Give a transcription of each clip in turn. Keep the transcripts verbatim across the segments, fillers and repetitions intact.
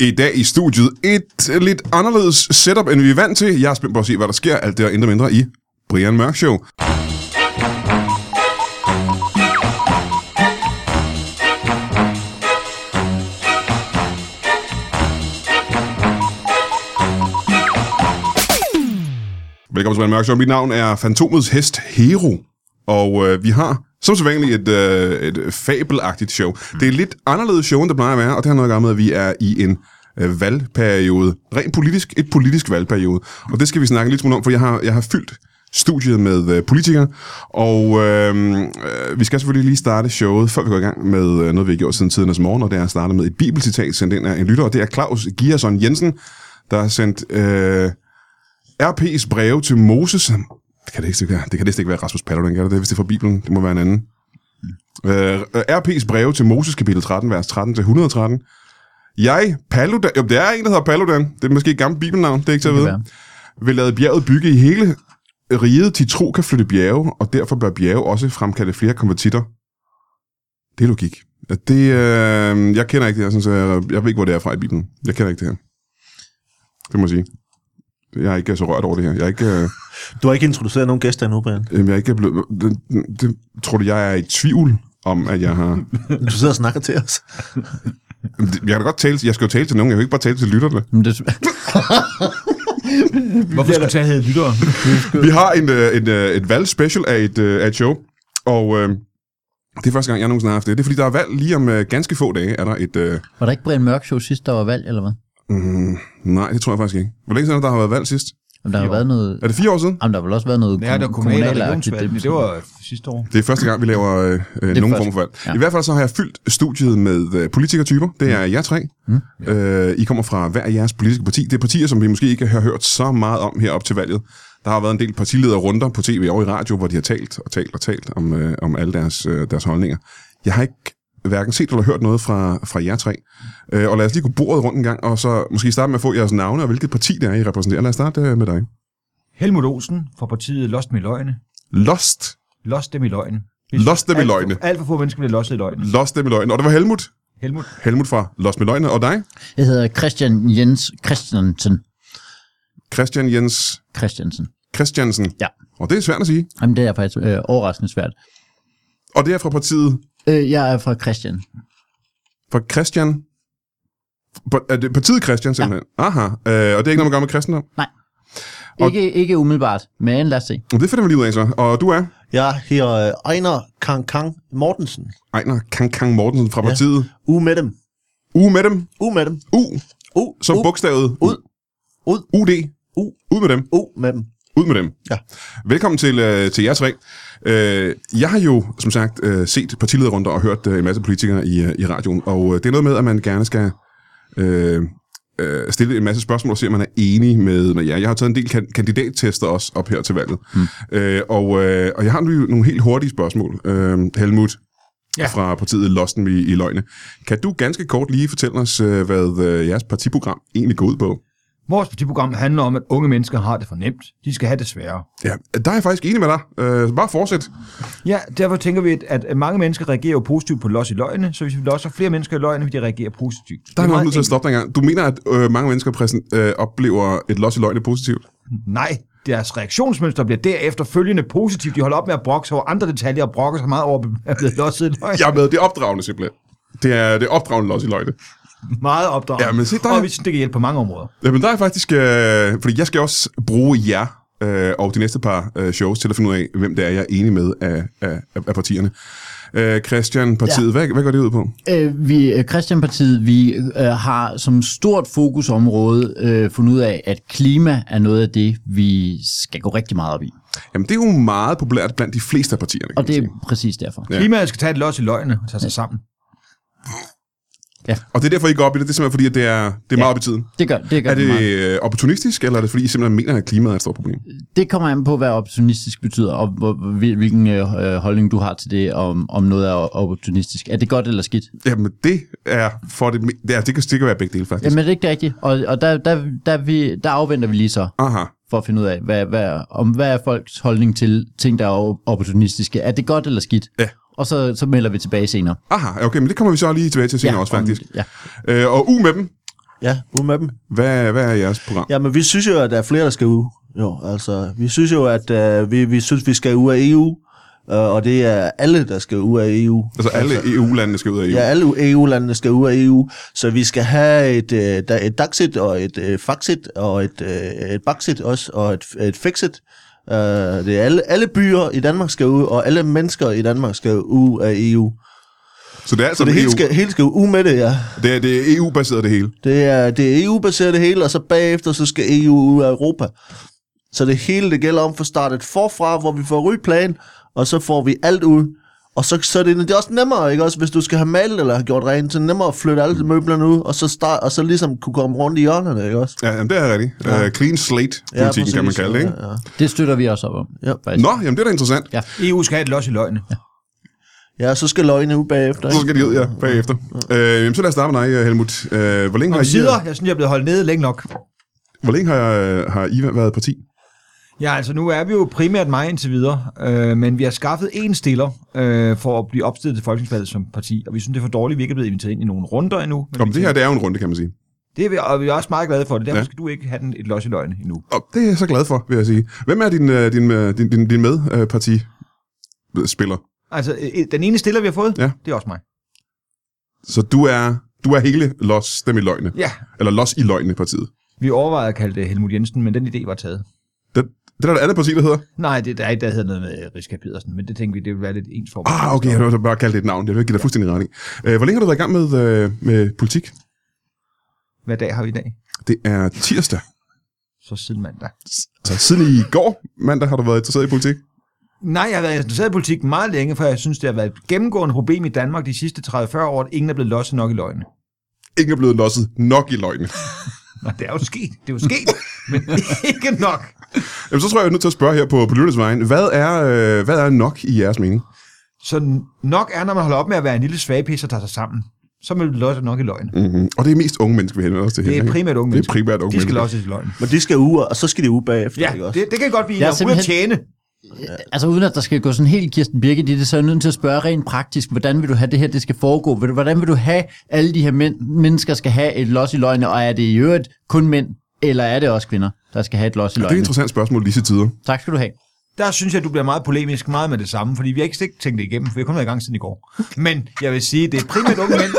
I dag i studiet et lidt anderledes setup, end vi er vant til. Jeg er spændt på at se, hvad der sker. Alt det og intet mindre i Brian Mørk Show. Velkommen til Brian Mørk Show. Mit navn er Fantomets hest Hero. Og øh, vi har som sædvanligt et, øh, et fabelagtigt show. Mm. Det er et lidt anderledes show, end det plejer at være, og det har noget at gøre med, at vi er i en øh, valgperiode. Rent politisk, et politisk valgperiode. Og det skal vi snakke lidt smule om, for jeg har, jeg har fyldt studiet med øh, politikere, og øh, øh, vi skal selvfølgelig lige starte showet, før vi går i gang med øh, noget, vi har gjort siden tidernes morgen, og det er at starte med et bibelcitat sendt ind af en lytter, og det er Claus Gierson Jensen, der har sendt øh, R P's breve til Moses. Det kan det ikke være. Det kan det ikke være Rasmus Paludan, kan det? Hvis det er fra Bibelen, det må være en anden. Uh, R P's breve til Moses, kapitel tretten, vers tretten til et hundrede og tretten. Jeg, Paludan... Jo, det er en, der hedder Paludan. Det er måske et gammelt bibelnavn, det er ikke til at vide. Vil lade bjerget bygge i hele riget, til tro kan flytte bjerge, og derfor bør bjerge også fremkalde flere konvertitter. Det er logik. Det, uh, jeg kender ikke det her, sådan, så jeg, jeg ved ikke, hvor det er fra i Bibelen. Jeg kender ikke det her. Det må jeg sige. Jeg er ikke så rørt over det her. Jeg er ikke... Uh... Du har ikke introduceret nogen gæster endnu, Brian? Jamen, jeg er ikke blevet... Det, det, det tror du, jeg er i tvivl om, at jeg har... Du sidder og snakker til os. Jeg kan da godt tale... Jeg skal jo tale til nogen. Jeg vil ikke bare tale til lytterne. Men det... Hvorfor skal du tage hedde lyttere? Vi har en, en, et valgspecial af et, af et show, og øh, det er første gang, jeg nogensinde har haft det. Det er, fordi der er valg lige om uh, ganske få dage. Er der et... Uh... Var der ikke Brian Mørk Show sidst, der var valg, eller hvad? Mm, nej, det tror jeg faktisk ikke. Hvor længe siden der har været valg sidst? Jamen, der har været noget... Er det fire år siden? Jamen, der har vel også været noget ja, der kommunalagtigt. Det, det var sidste år. Det er første gang, vi laver øh, øh, nogen form for valg. Ja. I hvert fald så har jeg fyldt studiet med øh, politikertyper. Det er jer tre. Mm. Øh, I kommer fra hver jeres politiske parti. Det er partier, som vi måske ikke har hørt så meget om her op til valget. Der har været en del partilederrunder på tv og i radio, hvor de har talt og talt og talt om, øh, om alle deres, øh, deres holdninger. Jeg har ikke hverken set eller hørt noget fra, fra jer tre. Øh, og lad os lige gå bordet rundt en gang, og så måske starte med at få jeres navne og hvilket parti det er, I repræsenterer. Lad os starte øh, med dig. Helmut Olsen fra partiet Lost dem i løgne. Lost? Lost dem i løgne. Lost dem i løgne. Alt for få mennesker bliver lostet i løgne. Lost dem i løgne. Og det var Helmut? Helmut. Helmut fra Lost med løgne. Og dig? Jeg hedder Christian Jens Christiansen. Christian Jens... Christiansen. Christiansen. Ja. Og det er svært at sige. Jamen, det er faktisk øh, overraskende svært. Og det er fra partiet? Øh, jeg er fra Christian. Fra Christian? Er det partiet Christian simpelthen? Ja. Aha. Øh, og det er ikke noget, man gør med kristendom? Nej. Ikke, ikke umiddelbart, men lad os se. Det finder vi lige ud af så. Og du er? Jeg hedder Ejner Kang Kang Mortensen. Ejner Kang Kang Mortensen fra partiet? Ja. U med dem. U med dem? U med dem. U? U. Som U. bogstavet? Ud. Ud. U D? U. Ud med dem? U med dem. Ud med dem. Ja. Velkommen til, øh, til jer tre. Øh, jeg har jo, som sagt, øh, set partilederrunder og hørt øh, en masse politikere i, øh, i radioen, og øh, det er noget med, at man gerne skal øh, øh, stille en masse spørgsmål og se, om man er enig med, med jer. Jeg har taget en del kan- kandidattester også op her til valget, hmm. øh, og, øh, og jeg har nu nogle helt hurtige spørgsmål. Øh, Helmut ja. fra partiet Losten i, i løgne. Kan du ganske kort lige fortælle os, øh, hvad øh, jeres partiprogram egentlig går ud på? Vores partiprogram handler om, at unge mennesker har det for nemt. De skal have det sværere. Ja, der er jeg faktisk enig med dig. Øh, bare fortsæt. Ja, derfor tænker vi, at mange mennesker reagerer jo positivt på los i løgne, så hvis vi losser flere mennesker i løgne, vil de reagere positivt. Der er noget nødt til at stoppe dig en gang. Du mener, at øh, mange mennesker præsent, øh, oplever et los i løgne positivt? Nej, deres reaktionsmønster bliver derefter følgende positivt. De holder op med at brokke sig over andre detaljer og brokker sig meget over at blive losset i løgne. Jeg er med. Det er opdragende simpelthen. Det er, det er opdragende los i løgne. Meget opdragende. Ja, men se, der... Og vi synes, det kan hjælpe på mange områder. Ja, men der er faktisk... Øh, fordi jeg skal også bruge jer øh, og de næste par øh, shows til at finde ud af, hvem det er, jeg er enig med af, af, af partierne. Øh, Christian, partiet, ja. hvad, hvad går det ud på? Øh, vi, Christian-partiet, vi øh, har som stort fokusområde øh, fundet ud af, at klima er noget af det, vi skal gå rigtig meget op i. Jamen, det er jo meget populært blandt de fleste af partierne. Og det er præcis derfor. Ja. Klimaet skal tage et los i løgne og tage sig ja. sammen. Ja. Og det er derfor, I går op i det. Det er simpelthen fordi, at det er, det er ja, meget op i tiden. Det gør, det gør er det meget. opportunistisk, eller er det fordi, I simpelthen mener, at klimaet er et stort problem? Det kommer an på, hvad opportunistisk betyder, og hvilken øh, holdning du har til det, om, om noget er opportunistisk. Er det godt eller skidt? Jamen, det er for det... Det, er, det, kan, det kan være begge dele, faktisk. Jamen, det er ikke rigtigt. Og, og der, der, der, vi, der afventer vi lige så. Aha. For at finde ud af, hvad, hvad, om, hvad er folks holdning til ting, der er opportunistiske. Er det godt eller skidt? Ja. Og så, så melder vi tilbage senere. Aha, okay, men det kommer vi så lige tilbage til senere ja, også, faktisk. Ja. Øh, og U med dem. Ja, ud med dem. Hvad, hvad er jeres program? Ja, men vi synes jo, at der er flere, der skal ud. Jo, altså, vi synes jo, at uh, vi, vi synes, vi skal ud af E U, uh, og det er alle, der skal ud af E U. Altså alle E U-landene skal ud af E U? Ja, alle E U-landene skal ud af E U, så vi skal have et, uh, et Daxit og et uh, Faxit og et, uh, et Baxit også, og et, et Fixit. Uh, det er alle, alle byer i Danmark skal ud, og alle mennesker i Danmark skal ud af E U. Så det er altså Så det E U. hele skal, hele skal ud med det, ja. Det er, det er E U-baseret det hele? Det er, det er E U-baseret det hele, og så bagefter så skal E U ud af Europa. Så det hele, det gælder om for startet forfra, hvor vi får rygplan, og så får vi alt ud. Og så, så det, det er også nemmere, ikke også? Hvis du skal have malet eller have gjort rent, så er det nemmere at flytte alle møblerne ud, og så, start, og så ligesom kunne komme rundt i hjørnerne, ikke også? Ja, jamen, det er rigtigt. Ja. Uh, clean slate-politikken, ja, kan man kalde det, ikke? Ja, ja. Det støtter vi også op om. Ja. Faktisk. Nå, jamen det er da interessant. Ja. E U skal have et los i løgne. Ja. Ja, så skal løgne ud bagefter. Så skal de ud, ja, bagefter. Ja. Øh, jamen, så lad os starte med dig, Helmut. Øh, hvor længe har Og I... sider, jeg synes, jeg er blevet holdt nede længe nok. Hvor længe har, har I været parti? Ja, altså nu er vi jo primært mig indtil videre, øh, men vi har skaffet en stiller øh, for at blive opstillet til folketingsvalget som parti, og vi synes, det er for dårligt, vi ikke er blevet inviteret ind i nogle runder endnu. Om det her, det er jo en runde, kan man sige. Det er vi, og vi er også meget glade for det, derfor Ja. skal du ikke have den et los i løgne endnu. Og det er jeg så glad for, vil jeg sige. Hvem er din, øh, din, øh, din, din, din medparti-spiller? Altså, øh, den ene stiller, vi har fået, Ja. det er også mig. Så du er, du er hele Los Dem i Løgne? Ja, Eller Los i Løgne-partiet? vi overvejede at kalde det Helmut Jensen, men den idé var taget. Det, det er der et andet parti, der hedder? Nej, det der er ikke, der hedder noget med Riska Pedersen, men det tænkte vi, det ville være lidt ens form. Ah, okay, jeg vil bare kalde det et navn. Det vil jeg give dig fuldstændig ret i. Øh, hvor længe har du været i gang med, øh, med politik? Hvad dag har vi i dag? Det er tirsdag. Så siden mandag. Så siden i går mandag har du været interesseret i politik? Nej, jeg har været interesseret i politik meget længe, for jeg synes, det har været et gennemgående problem i Danmark de sidste tredive til fyrre år, at ingen er blevet losset nok i løgne. Ingen er blevet losset nok i løgne. Nå, det er jo sket. Det er jo sket, men ikke nok. Jamen, så tror jeg, jeg er nødt til at spørge her på, på lytternes vejen. Hvad er, øh, hvad er nok i jeres mening? Så nok er, når man holder op med at være en lille svagpis og tager sig sammen, så er man losset nok i løgne. Mm-hmm. Og det er mest unge mennesker, vi henvender os til her. Det er ikke? primært unge Det er mennesker. primært unge De skal mennesker. losses i løgne. Men de skal ud, og så skal de ud bagefter, Ja, ikke også? det, det kan godt blive Jeg er at ud at simpelthen- tjene. Altså uden at der skal gå sådan helt Kirsten Birgit i det, så er jeg nødt til at spørge rent praktisk, hvordan vil du have det her, det skal foregå? Vil du- Hvordan vil du have, alle de her men- mennesker skal have et los i løgne, og er det i øvrigt kun mænd, eller er det også kvinder, der skal have et los i Det er et løgne? interessant spørgsmål lige til tider. Tak skal du have. Der synes jeg, at du bliver meget polemisk meget med det samme, fordi vi har ikke slet ikke tænkt det igennem, for vi har kun været i gang siden i går. Men jeg vil sige, det er primært unge mænd.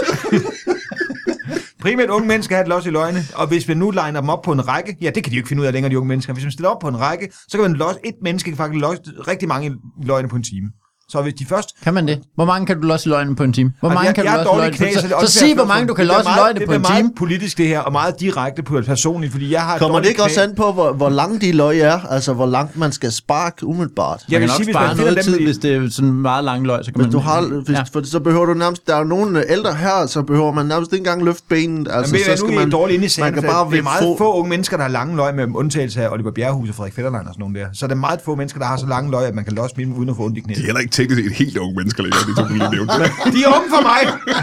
Primært unge mennesker har et los i løgne, og hvis vi nu liner dem op på en række, ja, det kan de jo ikke finde ud af længere, de unge mennesker. Hvis man stiller op på en række, så kan man losse, et menneske kan faktisk losse rigtig mange løgne på en time. Så hvis de først... Kan man det? Hvor mange kan du losse i løgne på en time? Hvor mange jeg, kan jeg du er losse i dårlig løgne på en knæ, time? det er Så sig, hvor mange du kan det bliver losse i meget- løgne det på en bliver time. meget politisk det her, og meget direkte på personligt, fordi jeg har et Kommer det dårligt ikke også knæ. an på, hvor, hvor lang de løg er? Altså, hvor langt man skal sparke umiddelbart? Jeg Man vil kan sige, nok hvis spare man finder noget dem, tid, i- hvis det er sådan meget lang løg, så kan Hvis man... du har, hvis, Ja. for så behøver du nærmest, der er jo nogle ældre her, så behøver man nærmest ikke engang løfte benet. Altså, Men så nu skal er man, man dårligt inde i man sagen, kan for bare det er ved meget få- få unge mennesker, der har lange løg, med undtagelse af Oliver Bjerrehus og Frederik Fetterlein og sådan nogle der. Så er det meget få mennesker, der har så lange løg, at man kan losse med dem uden at få ondt i De knæet. er heller ikke teknisk set helt unge mennesker længere, de to, du lige nævnte. De er unge for mig!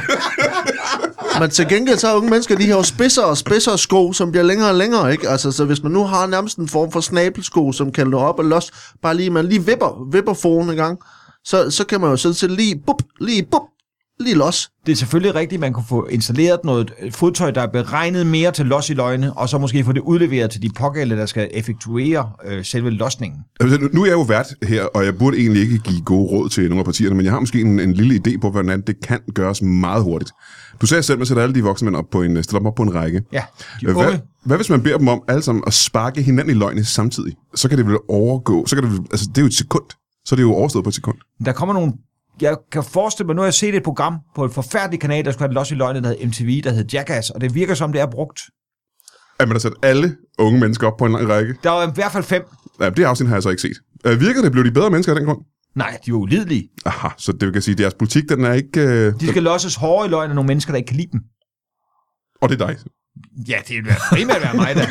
Men til gengæld så er unge mennesker, de har jo spidser og spidser sko, som bliver længere og længere, ikke? Altså, så hvis man nu har nærmest en form for snabelsko, som kan nå op og los, bare lige, man lige vipper, vipper foden en gang, så, så kan man jo sidde til lige, bup, lige, bup, lige los. Det er selvfølgelig rigtigt, at man kunne få installeret noget fodtøj, der er beregnet mere til los i løgne, og så måske få det udleveret til de pågældende, der skal effektuere øh, selve losningen. Altså, nu- nu er jeg jo vært her, og jeg burde egentlig ikke give gode råd til nogle af partierne, men jeg har måske en, en lille idé på, hvordan det kan gøres meget hurtigt. Du sagde selv, at man sætter alle de voksne mænd op på en, stiller dem op på en række. Ja, de Hvad, unge. hvad hvis man beder dem om alle sammen at sparke hinanden i løgne samtidig? Så kan det vel overgå. Så kan det, vel- altså, det er jo et sekund. Så er det jo overstået på et sekund. Der kommer nogle... Jeg kan forestille mig, nu har jeg set et program på et forfærdeligt kanal, der skulle have los i løgne, der hedder M T V, der hedder Jackass, og det virker som, det er brugt. At man har sat alle unge mennesker op på en lang række. Der var i hvert fald fem. Ja, det afsnit har jeg så ikke set. Øh, Virker det? Blev de bedre mennesker af den grund? Nej, de er jo ulidelige. Aha, så det kan sige, at deres politik, den er ikke... Øh, De skal losses hårdere i løgn af nogle mennesker, der ikke kan lide dem. og det er dig. Ja, det vil primært være mig, der.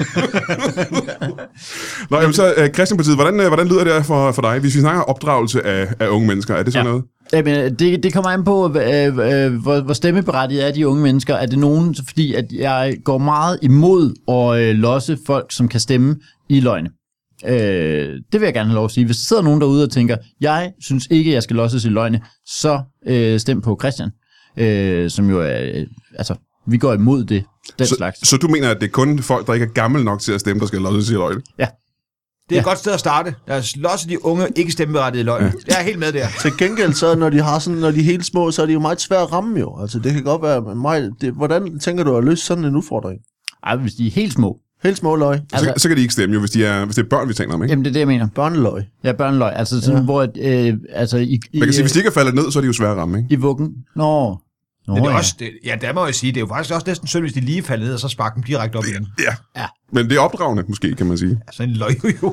Nå, jamen så, øh, Christianpartiet, hvordan, øh, hvordan lyder det for, for dig, hvis vi snakker opdragelse af, af unge mennesker? Er det sådan Ja. noget? Jamen, det, det kommer an på, øh, øh, hvor, hvor stemmeberettiget er de unge mennesker. Er det nogen, fordi at jeg går meget imod at øh, losse folk, som kan stemme i løgne. Øh, det vil jeg gerne have lov at sige. Hvis der sidder nogen derude og tænker, jeg synes ikke, jeg skal losses i løgne, så øh, stem på Christian, øh, som jo er, øh, altså, vi går imod det. den så, slags. så du mener, at det er kun folk, der ikke er gamle nok til at stemme, der skal lodse sig i løgne? Ja. Det er Ja. et godt sted at starte. Lad os losse de unge, ikke stemmeberettigede løgne. Ja. Jeg er helt med der. Til gengæld, så når de har sådan, når de er helt små, så er de jo meget svære at ramme jo. Altså, det kan godt være meget... Det, hvordan tænker du at løse sådan en udfordring? Ej, hvis de er helt små. Helt små løg. Altså, Så, så kan de ikke stemme jo, hvis, de er, hvis det er børn, vi taler om, ikke? jamen, det er det, jeg mener. Børneløg. Ja, børneløg. Altså sådan, Ja. ja. hvor... Øh, altså, i, i, Man kan sige, hvis de ikke er faldet ned, så er de jo svære at ramme, ikke? i vuggen. Nå. Nå, Men det er ja. også, det, ja, der må jeg sige, det er jo faktisk også næsten synd, hvis de lige falder ned, og så sparker dem direkte op igen. Ja. Ja. Men det er opdragende, måske, kan man sige. Altså en løg jo.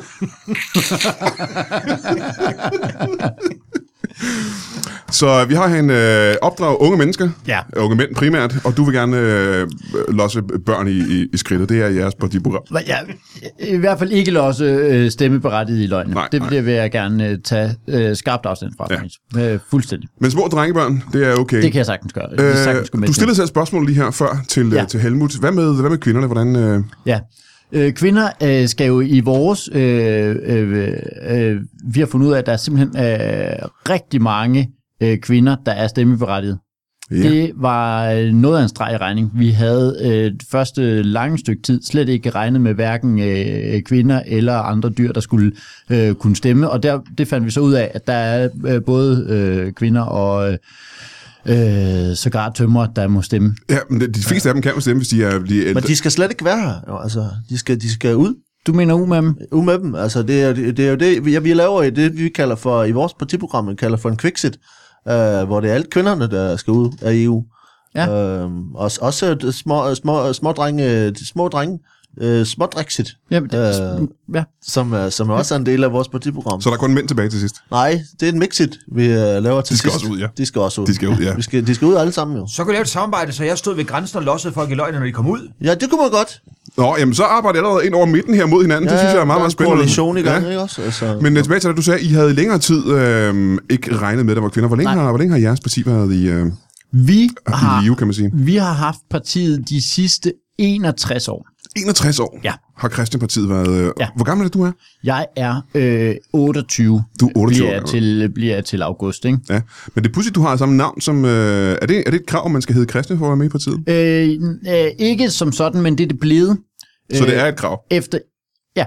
Så vi har en øh, opdrag unge mennesker, Ja. unge mænd primært, og du vil gerne øh, losse børn i, i, i skridtet. Det er jeres partiprogram. Men ja, i hvert fald ikke også øh, stemmeberettiget i løgne. Nej, det, nej. det vil jeg gerne øh, tage øh, skarpt afstand fra. Ja. Øh, fuldstændig. Men små drengebørn, det er okay. Det kan jeg sagtens gøre. Det kan sagtens gå med du til. stillede selv et spørgsmål lige her før til, ja. Ja. til Helmut. Hvad med, hvad med kvinderne? Hvordan, øh... Ja. Øh, kvinder øh, skal jo i vores... Øh, øh, øh, vi har fundet ud af, at der er simpelthen øh, rigtig mange øh, kvinder, der er stemmeberettiget. Ja. Det var øh, noget af en streg i regning. Vi havde øh, det første lange stykke tid slet ikke regnet med hverken øh, kvinder eller andre dyr, der skulle øh, kunne stemme. Og der, det fandt vi så ud af, at der er øh, både øh, kvinder og... Øh, Øh, sågar tømrer, der må stemme. Ja, men de fleste af dem kan jo stemme, hvis de er, de er ældre. Men de skal slet ikke være her. Jo. Altså, de skal, de skal ud. Du mener u med dem? Ud med dem. Altså, det er, det er jo det, vi, vi laver i det, vi kalder for, i vores partiprogram, vi kalder for en quicksit, øh, hvor det er alle kvinderne, der skal ud af E U. Ja. Øh, også også de små, små, små drenge, de små drenge, øh, små drexit, Jamen, det, Øh. ja. som, er- som også er en del af vores partiprogram. Så der er kun mænd tilbage til sidst. Nej, det er en mixit, vi øh, laver til De skal sidst. også ud, ja. De skal også ud. De skal ud, ja. Vi skal, de skal ud alle sammen jo. Så kunne jeg lave et samarbejde, så jeg stod ved grænsen og lossede folk i løgne, når de kom ud. Ja, det kunne man godt. Nå, jamen så arbejder jeg allerede ind over midten her mod hinanden. Ja, det synes jeg er meget, meget spændende. Der er en koalition i gang, Ja. ikke også? Altså, Men øh, tilbage til det, du sagde, I havde i længere tid øh, ikke regnet med, at der var kvinder. Hvor længe, Nej. har, hvor længe har jeres parti været i, øh, Vi, i har, live, kan man sige? vi har haft partiet de sidste enogtres år. enogtres år Ja. har Christianpartiet været... Øh, Ja. Hvor gammel er det, du er? Jeg er øh, otteogtyve. Du er otteogtyve år bliver gammel. til, bliver til august, ikke? Ja. Men det er pudsigt, du har samme navn som... Øh, er, det, er det et krav, man skal hedde Christian for at være med i partiet? Øh, øh, ikke som sådan, men det er det blevet. Så Øh, det er et krav. Efter... Ja.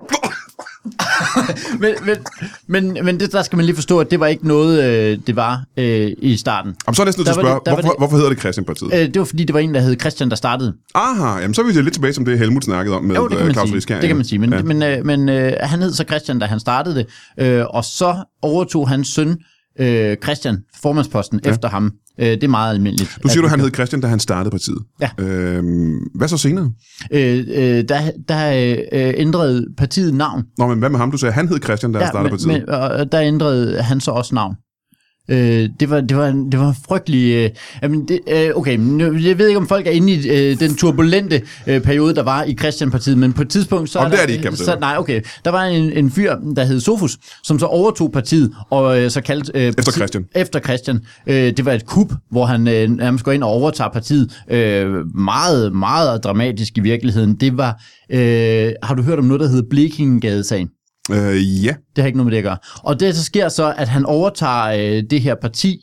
men men, men, men det, der skal man lige forstå, at det var ikke noget, øh, det var øh, i starten. Jamen, så er jeg næsten nødt til at Der var spørge, det- der var hvorfor, det- hvorfor hedder det Christianpartiet? Øh, det var fordi, det var en, der hed Christian, der startede. Aha, jamen så er vi lidt tilbage som det, Helmut snakkede om med Jo, det kan øh, man Claus sige. Riskær. Det kan man sige. Men, Ja. ja. men, øh, men øh, han hed så Christian, da han startede det. Øh, og så overtog hans søn, øh, Christian, formandsposten ja. efter ham. Øh, det er meget almindeligt. Du siger, at- at han hed Christian, da han startede partiet. Ja. Øhm, hvad så senere? Øh, øh, der der øh, ændrede partiet navn. Nå, men hvad med ham? Du sagde, han hed Christian, da han startede men, partiet. men, og der ændrede han så også navn. Øh, det var det var en, det var en frygtelig. Øh, jamen det, øh, okay, nu- jeg ved ikke om folk er inde i øh, den turbulente øh, periode der var i Christianpartiet, men på et tidspunkt så Om det der, er de ikke, kan man så sige. nej okay, der var en, en fyr der hed Sofus, som så overtog partiet og øh, så kaldte øh, Efter parti- Christian. Efter Christian. Øh, det var et kup, hvor han øh, nærmest går ind og overtager partiet. Øh, meget meget dramatisk i virkeligheden. Det var øh, har du hørt om noget der hedder Blekingegadesagen? Øh, ja. Det har ikke noget med det at gøre. Og det så sker så, at han overtager øh, det her parti,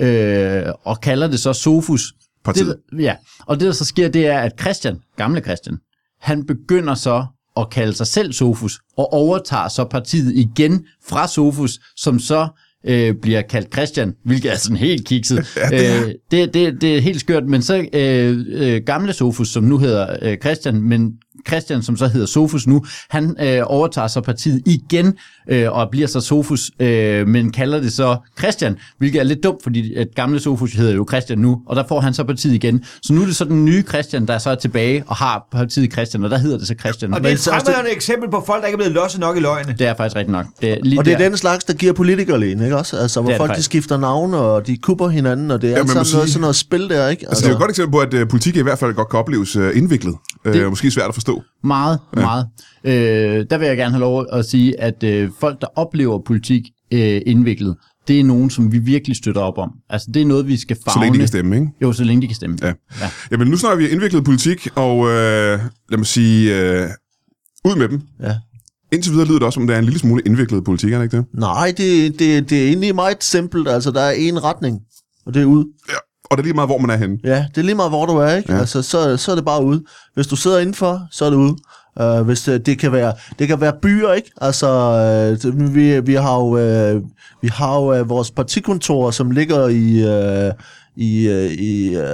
øh, og kalder det så Sofus. Partiet. Det, ja, og det der så sker, det er, at Christian, gamle Christian, han begynder så at kalde sig selv Sofus, og overtager så partiet igen fra Sofus, som så øh, bliver kaldt Christian, hvilket er sådan helt kikset. Ja, det, er. Øh, det, det, det er helt skørt, men så øh, øh, gamle Sofus, som nu hedder øh, Christian, men Christian, som så hedder Sofus nu, han øh, overtager så partiet igen, øh, og bliver så Sofus, øh, men kalder det så Christian, hvilket er lidt dumt, fordi at gamle Sofus hedder jo Christian nu, og der får han så partiet igen. Så nu er det så den nye Christian, der så er tilbage og har partiet Christian, og der hedder det så Christian. Og det er Men et så også fremragende eksempel på folk, der ikke er blevet losset nok i løgne. Det er faktisk rigtigt nok. Det er lige Og det er der. den slags, der giver politikerlægen, ikke også? Altså, hvor Det er det folk de faktisk. skifter navne, og de kupper hinanden, og det er Ja, alt man må sammen noget, sige- sådan noget spil der, ikke? Altså, det er jo et godt eksempel på, at øh, politik i hvert fald godt kan opleves øh, indviklet. Øh, Det- måske svært at forstå. Meget, ja. meget. Øh, der vil jeg gerne have lov at sige, at øh, folk, der oplever politik øh, indviklet, det er nogen, som vi virkelig støtter op om. Altså, det er noget, vi skal favne. Så længe de kan stemme, ikke? Jo, så længe de kan stemme. Ja. Ja. Jamen, nu snakker vi indviklet politik, og øh, lad mig sige, øh, ud med dem. Ja. Indtil videre lyder det også, som det er en lille smule indviklet politik, er det ikke det? Nej, det, det, det er egentlig meget simpelt. Altså, der er en retning, og det er ud. Ja. Og det er lige meget, hvor man er henne. Ja, det er lige meget, hvor du er, ikke? Ja. Altså, så, så er det bare ude. Hvis du sidder indenfor, så er det ude. Uh, hvis det, det kan være, det kan være byer, ikke? Altså, uh, vi, vi har jo, uh, vi har jo uh, vores partikontor, som ligger i, uh, i, uh, i, uh,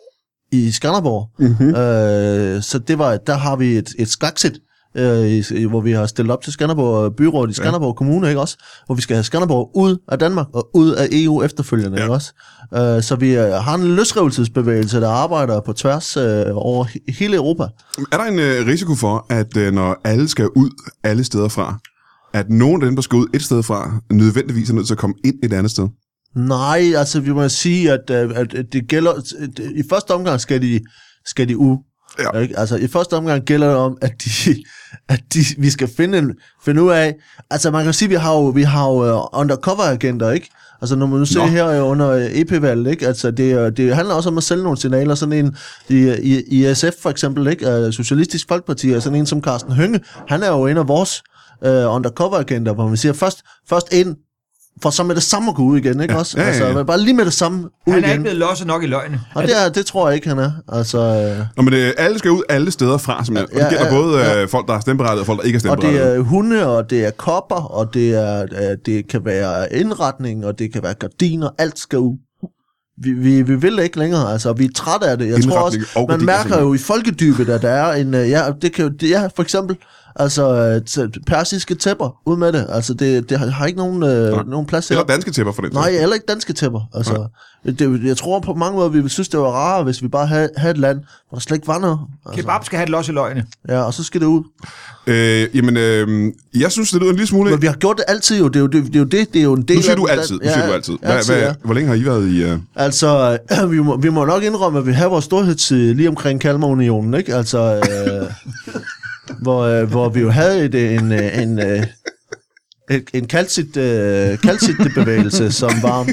i Skanderborg. Mm-hmm. Uh, så det var, der har vi et, et skaksit, uh, i, hvor vi har stillet op til Skanderborg byrådet i Skanderborg ja. Kommune, ikke også? Hvor vi skal have Skanderborg ud af Danmark og ud af E U efterfølgende, ja. Ikke også? Uh, så vi uh, har en løsrivelsesbevægelse, der arbejder på tværs uh, over he- hele Europa. Er der en uh, risiko for, at uh, når alle skal ud alle steder fra, at nogen af dem, der skal ud et sted fra, nødvendigvis er nødt til at komme ind et andet sted? Nej, altså vi må sige, at, at, at det gælder... At i første omgang skal de, skal de ud. Ja. Ikke? Altså i første omgang gælder det om, at, de, at de, vi skal finde, en, finde ud af... Altså man kan sige, at vi har jo, vi har jo undercover-agenter, ikke? Altså når man nu ser Nå. her under E P-valget, ikke? Altså det, det handler også om at sælge nogle signaler. Sådan en i, i, i S F for eksempel, ikke? Socialistisk Folkeparti, og sådan en som Carsten Hønge, han er jo en af vores uh, undercover-agenter, hvor man siger først, først ind, for så med det samme at gå ud igen, ikke ja, også? Ja, ja, ja. Altså, bare lige med det samme ud igen. Han er ikke blevet losset nok i løgne. Og det, er, det tror jeg ikke, han er. Altså, øh... Nå, men det, alle skal ud alle steder fra, simpelthen. Og det gælder ja, både ja. Øh, folk, der er stemmeberettigede, og folk, der ikke er stemmeberettigede. Og det er hunde, og det er kopper, og det, er, øh, det kan være indretning, og det kan være gardiner. Alt skal ud. Vi, vi, vi vil ikke længere, altså vi er trætte af det. Jeg tror også, man mærker jo i folkedybet, at der er en, ja, det kan jo, det er for eksempel, altså persiske tæpper, ud med det, altså det, det har ikke nogen, øh, nogen plads her. Eller danske tæpper for det. Nej, eller ikke danske tæpper, altså. Det, jeg tror på mange måder, vi ville synes, det var rarere, hvis vi bare havde, havde et land, hvor der slet ikke var noget. Altså. Kebab skal have et los i løgne. Ja, og så skal det ud. Øh, jamen, øh, jeg synes, det lyder en lille smule... Men vi har gjort det altid jo, det er jo det, det, er jo, det, det er jo en del. Nu siger du altid, nu siger ja, du altid. Hvad, altid hvad, ja. Hvor længe har I været i... Uh... Altså, vi må, vi må nok indrømme, at vi har vores storhedstid lige omkring Kalmarunionen, ikke? Altså, øh, hvor, øh, hvor vi jo havde et, en, en, en, en, en kalsit, øh, kalsit-bevægelse, som var...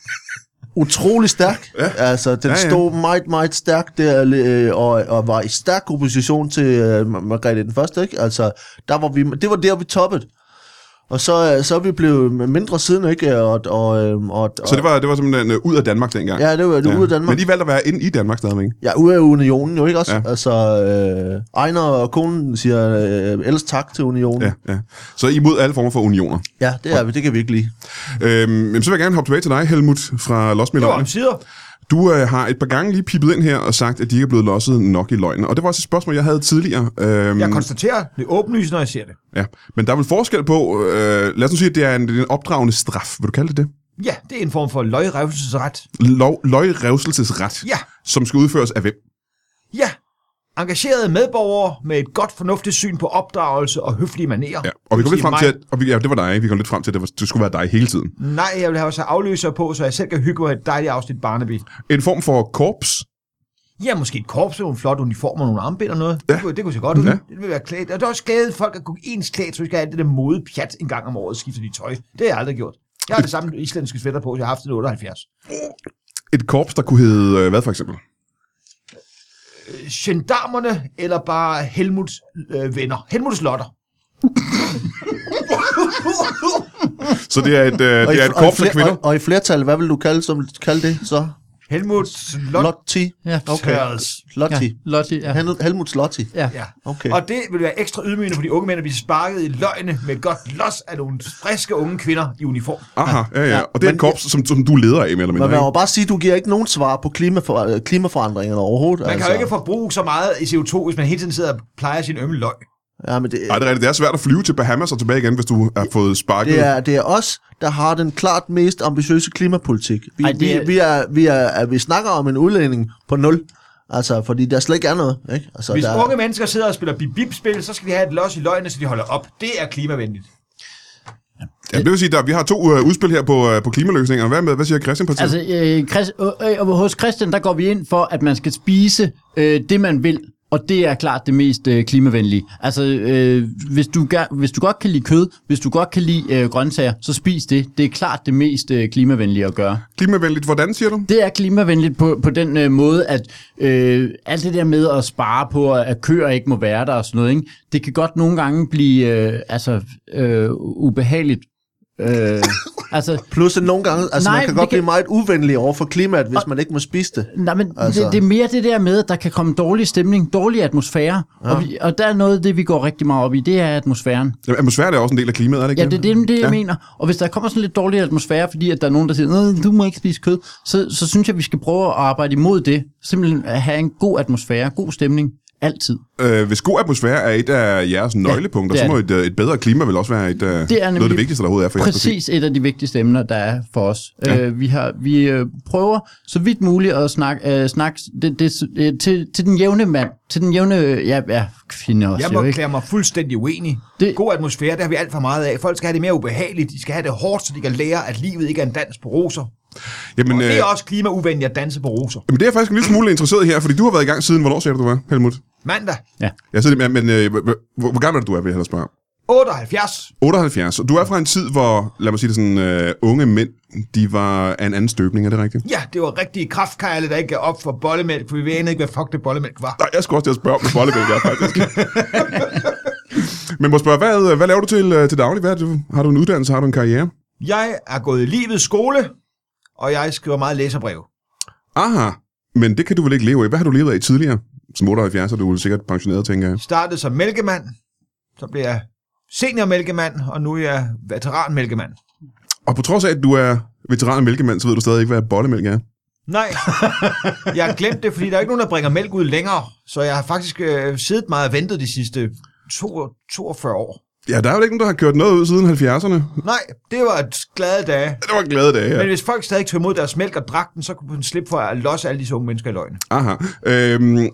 utrolig stærk. Ja. Altså, den ja, ja. stod meget, meget stærk der, øh, og, og var i stærk opposition til øh, Margrethe den Første, ikke? Altså, der var vi, det var der, vi toppede. Og så, så er vi blevet mindre siden, ikke? Og, og, og, så det var, det var simpelthen uh, ud af Danmark dengang? Ja, det var det ja. ud af Danmark. Men I valgte at være inde i Danmark stadigvæk? Ja, ude af unionen jo, ikke også? Ja. Altså, øh, Ejner og konen siger øh, ellers tak til unionen. Ja, ja. Så I er imod alle former for unioner? Ja, det er vi. Det kan vi ikke lide. Øhm, så vil jeg gerne hoppe tilbage til dig, Helmut, fra Los med løgne. Du øh, har et par gange lige pippet ind her og sagt, at de ikke er blevet losset nok i løgnen. Og det var også et spørgsmål, jeg havde tidligere. Øhm, jeg konstaterer, det er åbenlyst, når jeg ser det. Ja, men der er vel forskel på, øh, lad os nu sige, at det er en, det er en opdragende straf. Vil du kalde det det? Ja, det er en form for løgrevselsesret. Lov, løgrevselsesret, ja. Som skal udføres af hvem? Ja, engagerede medborgere med et godt fornuftigt syn på opdragelse og høflige manerer. Ja, og vi kom lidt frem til, at, og vi, ja, det var dig, vi kom lidt frem til, at det, var, det skulle være dig hele tiden. Nej, jeg vil have så afløser på, så jeg selv kan hygge mig et dejligt afsnit Barnaby. En form for korps? Ja, måske et korps, nogle flotte uniformer, nogle armbind og noget. Ja. Det, kunne, det kunne se godt ud. Ja. Det vil være klædt. Og det er også klædet folk at gå ens klædt, så vi skal have alt det der modepjat en gang om året, skifte de tøj. Det har jeg aldrig gjort. Jeg har det samme islandske sweater på, jeg har haft det i otteoghalvfjerds. Et korps, der kunne hedde, hvad for eksempel? Gendarmerne, eller bare Helmuts øh, venner. Helmuts lotter. Så det er et, øh, det er et korps af kvinder? Og, og i flertal, hvad vil du kalde, som, kalde det så? Helmuts Lot- Lotti. Ja. Okay. Lotti. Ja. Lotti, ja. Hel- Helmuts Lotti. Ja. ja. Okay. Og det vil være ekstra ydmygende for de unge mænd, at blive sparket i løgne med et godt los af nogle friske unge kvinder i uniform. Aha, ja, ja. Og det er et korps, som, som du leder af, eller mindre. Men man må bare sige, at du giver ikke nogen svar på klimafor- klimaforandringerne overhovedet. Man kan altså. jo ikke forbruge så meget i C O to, hvis man hele tiden sidder og plejer sin ømme løg. Ja, men det, Ej, det er rigtigt. Det er svært at flyve til Bahamas og tilbage igen, hvis du har fået sparket. Det er, det er os, der har den klart mest ambitiøse klimapolitik. Vi, Ej, det er... vi, vi, er, vi, er, vi snakker om en udlænding på nul. Altså, fordi der slet ikke er noget. Ikke? Altså, hvis der... unge mennesker sidder og spiller bip-bip-spil, så skal de have et los i løgne, så de holder op. Det er klimavenligt. Ja, det vil sige, at vi har to uh, udspil her på, uh, på klimaløsninger. Hvad med, hvad siger Christian Partiet? Altså, øh, Chris, øh, øh, hos Christian, der går vi ind for, at man skal spise øh, det, man vil. Og det er klart det mest øh, klimavenlige. Altså, øh, hvis, du gør, hvis du godt kan lide kød, hvis du godt kan lide øh, grøntsager, så spis det. Det er klart det mest øh, klimavenlige at gøre. Klimavenligt, hvordan siger du? Det er klimavenligt på, på den øh, måde, at øh, alt det der med at spare på, at køer ikke må være der og sådan noget, ikke? Det kan godt nogle gange blive øh, altså, øh, ubehageligt Øh, altså, Plus at nogle gange, altså Nej, man kan det godt kan- blive meget uvenlig over for klimaet, hvis man ikke må spise det. nej, men Altså. det, det er mere det der med, at der kan komme dårlig stemning, dårlig atmosfære, ja. og, vi, og der er noget af det, vi går rigtig meget op i, det er atmosfæren. Jamen, atmosfæren er også en del af klimaet, er det ikke? Ja, det er det, det jeg Ja. mener. Og hvis der kommer sådan lidt dårlig atmosfære, fordi at der er nogen, der siger, "Nå, du må ikke spise kød, så, så synes jeg, vi skal prøve at arbejde imod det. Simpelthen at have en god atmosfære, god stemning, altid. Øh, hvis god atmosfære er et af jeres nøglepunkter, det er så må et, øh, et bedre klima vel også være et, øh, Det er noget af nemlig det vigtigste, der overhovedet er for jeres parti. Præcis et af de vigtigste emner, der er for os. Ja. Øh, vi har, vi øh, prøver så vidt muligt at snakke, øh, snakke det, det, øh, til, til den jævne mand, til den jævne, ja, ja kvinde også, Jeg jo, må ikke? klæde mig fuldstændig uenig. Det- Det... God atmosfære, det har vi alt for meget af. Folk skal have det mere ubehageligt. De skal have det hårdt, så de kan lære, at livet ikke er en dans på roser. Jamen, Og det øh, er også klimauvenligt at danse på roser. jamen, det er jeg faktisk en lille smule interesseret her, fordi du har været i gang siden, hvornår sagde du, du var, Helmut? Mandag, Jeg sidder, men, men øh, hvor, hvor, hvor gammel er du, er, vil jeg hellere spørge? otteoghalvfjerds. otteoghalvfjerds. Og du er fra en tid, hvor, lad mig sige det sådan, øh, unge mænd, de var af en anden støbning, er det rigtigt? Ja, det var rigtige kraftkejle, der ikke gav op for bollemælk, for vi anede ikke, hvad fuck det bollemælk var. Nej, jeg skulle også til at spørge om, hvad bollebælg er, faktisk. Men må jeg spørge, hvad, hvad laver du til, øh, til daglig? Hvad er det, har du en uddannelse? Har du en karriere? Jeg er gået i livets skole, og jeg skriver meget læserbrev. Aha, men det kan du vel ikke leve af. Hvad har du levet af tidligere? Som otteoghalvfjerds er du sikkert pensioneret, tænker jeg. Startede som mælkemand, så blev jeg seniormælkemand, og nu er jeg veteranmælkemand. Og på trods af, at du er veteran og mælkemand, så ved du stadig ikke, hvad bollemælk er. Nej, jeg har glemt det, fordi der er ikke nogen, der bringer mælk ud længere, så jeg har faktisk øh, siddet meget og ventet de sidste toogfyrre år. Ja, der er jo ikke nogen, der har kørt noget ud siden halvfjerdserne. Nej, det var et glade dage. Det var glade dage, ja. Men hvis folk stadig tog imod deres mælk og drak den, så kunne man slippe for at losse alle disse unge mennesker i løgne. Aha. Øhm,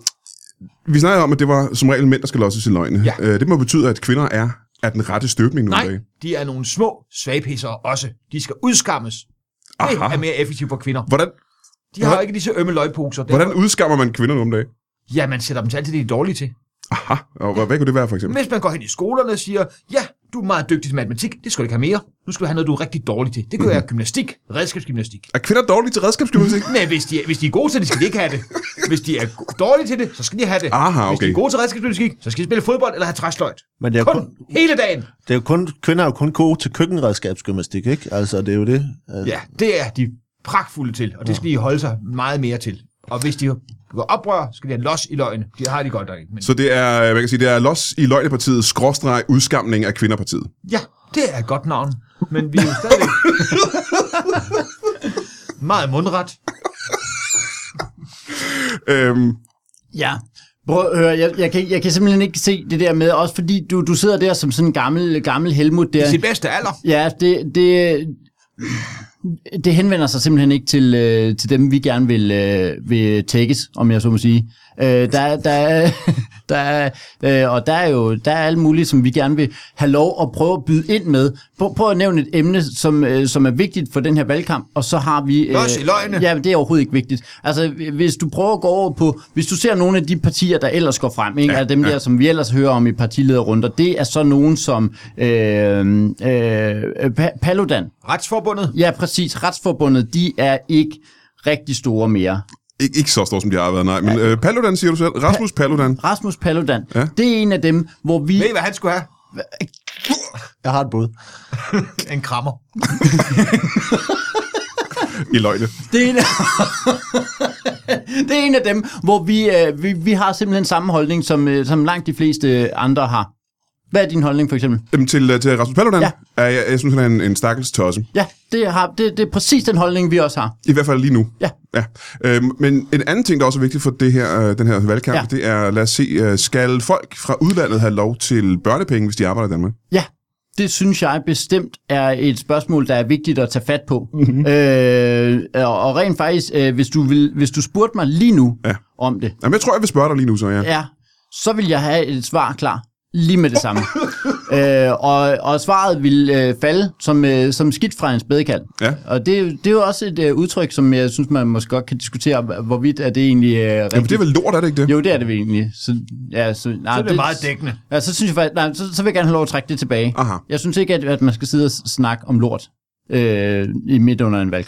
vi snakkede om, at det var som regel mænd, der skal losses i løgne. Ja. Øh, det må betyde, at kvinder er af den rette støbning nogle Nej, dage. de er nogle små svagpisser også. De skal udskammes. Det Aha. er mere effektivt for kvinder. Hvordan, De har ikke disse ømme løgposer. hvordan udskammer man kvinder nogle dage? Ja, man sætter dem til alt det, de er dårlige til. Aha, og hvad, hvad kunne det være for eksempel? Hvis man går hen i skolerne og siger, ja, du er meget dygtig til matematik, det skal du ikke have mere. Nu skal du have noget, du er rigtig dårlig til. Det kan være gymnastik, redskabsgymnastik. Er kvinder dårlige til redskabsgymnastik? Nej, hvis de, er, hvis de er gode til det, skal de ikke have det. Hvis de er go- dårlige til det, så skal de have det. Aha, Hvis de okay. er gode til redskabsgymnastik, så skal de spille fodbold eller have træsløjt. Men det er, Kun kun, hele dagen. det er jo kun, kvinder er jo kun gode til køkkenredskabsgymnastik, ikke? Altså, det er jo det. Altså. Ja, det er de pragtfulde til, og det skal de holde sig meget mere til. Og hvis de går oprør, skal de have los i løgene. Det har de godt der ikke. Men Så det er, hvad kan jeg sige, det er los i løgnepartiet, skråstreg, udskamning af kvinderpartiet. ja, det er et godt navn. Men vi er jo stadigvæk meget mundret. Øhm, Ja. Prøv at høre, jeg, jeg, kan, jeg kan simpelthen ikke se det der med, også fordi du, du sidder der som sådan en gammel, gammel Helmut der. I sin bedste alder. Ja, det, det, det henvender sig simpelthen ikke til, øh, til dem, vi gerne vil, øh, vil tækkes, om jeg så må sige. Øh, der, der, der, er, øh, og der er jo der er alt muligt, som vi gerne vil have lov at prøve at byde ind med. Prøv, prøv at nævne et emne, som, øh, som er vigtigt for den her valgkamp, og så har vi... Øh, Los i løgne. Ja, det er overhovedet ikke vigtigt. Altså, hvis du prøver at gå over på... Hvis du ser nogle af de partier, der ellers går frem, ikke? Ja, Ja, dem ja. der, som vi ellers hører om i partilederrunder, det er så nogen som øh, øh, Pa- Paludan. Retsforbundet. Ja, præcis. Retsforbundet, de er ikke rigtig store mere. ikke, ikke så stor, som de har været, nej. Men øh, Paludan, siger du selv. Rasmus Paludan. Rasmus Paludan, Ja. ja. det er en af dem, hvor vi... Ved I, hvad han skulle have? Jeg har et bud. En krammer. I løgne. Det er en, det er en af dem, hvor vi, øh, vi, vi har simpelthen samme holdning, som, øh, som langt de fleste andre har. Hvad er din holdning, for eksempel? Jamen, til, til Rasmus Paludan, Ja. er jeg, jeg synes, han er en, en stakkels tosse. Ja, det, har, det, det er præcis den holdning, vi også har. I hvert fald lige nu. Ja. Ja. Øhm, men en anden ting, der også er vigtigt for det her, øh, den her valgkamp, ja. Ja. det er, lad os se, øh, skal folk fra udlandet have lov til børnepenge, hvis de arbejder i Danmark? Ja, det synes jeg bestemt er et spørgsmål, der er vigtigt at tage fat på. Mm-hmm. Øh, og rent faktisk, øh, hvis, du vil, hvis du spurgte mig lige nu Ja. om det, Jamen, jeg tror, jeg vil spørge dig lige nu, så ja. ja, så vil jeg have et svar klar. Lige med det samme. øh, og, og svaret vil øh, falde som, øh, som skidt fra en spædekald. Ja. Og det, det er jo også et øh, udtryk, som jeg synes, man måske godt kan diskutere, hvorvidt er det egentlig øh, rigtigt. Jamen, det er vel lort, er det ikke det? Jo, det er det vel egentlig. Så, ja, så, nej, Så er det meget dækkende. Ja, så synes jeg faktisk, nej, så, så vil jeg gerne have lov at trække det tilbage. Aha. Jeg synes ikke, at, at man skal sidde og snakke om lort øh, i midt under en valgkamp.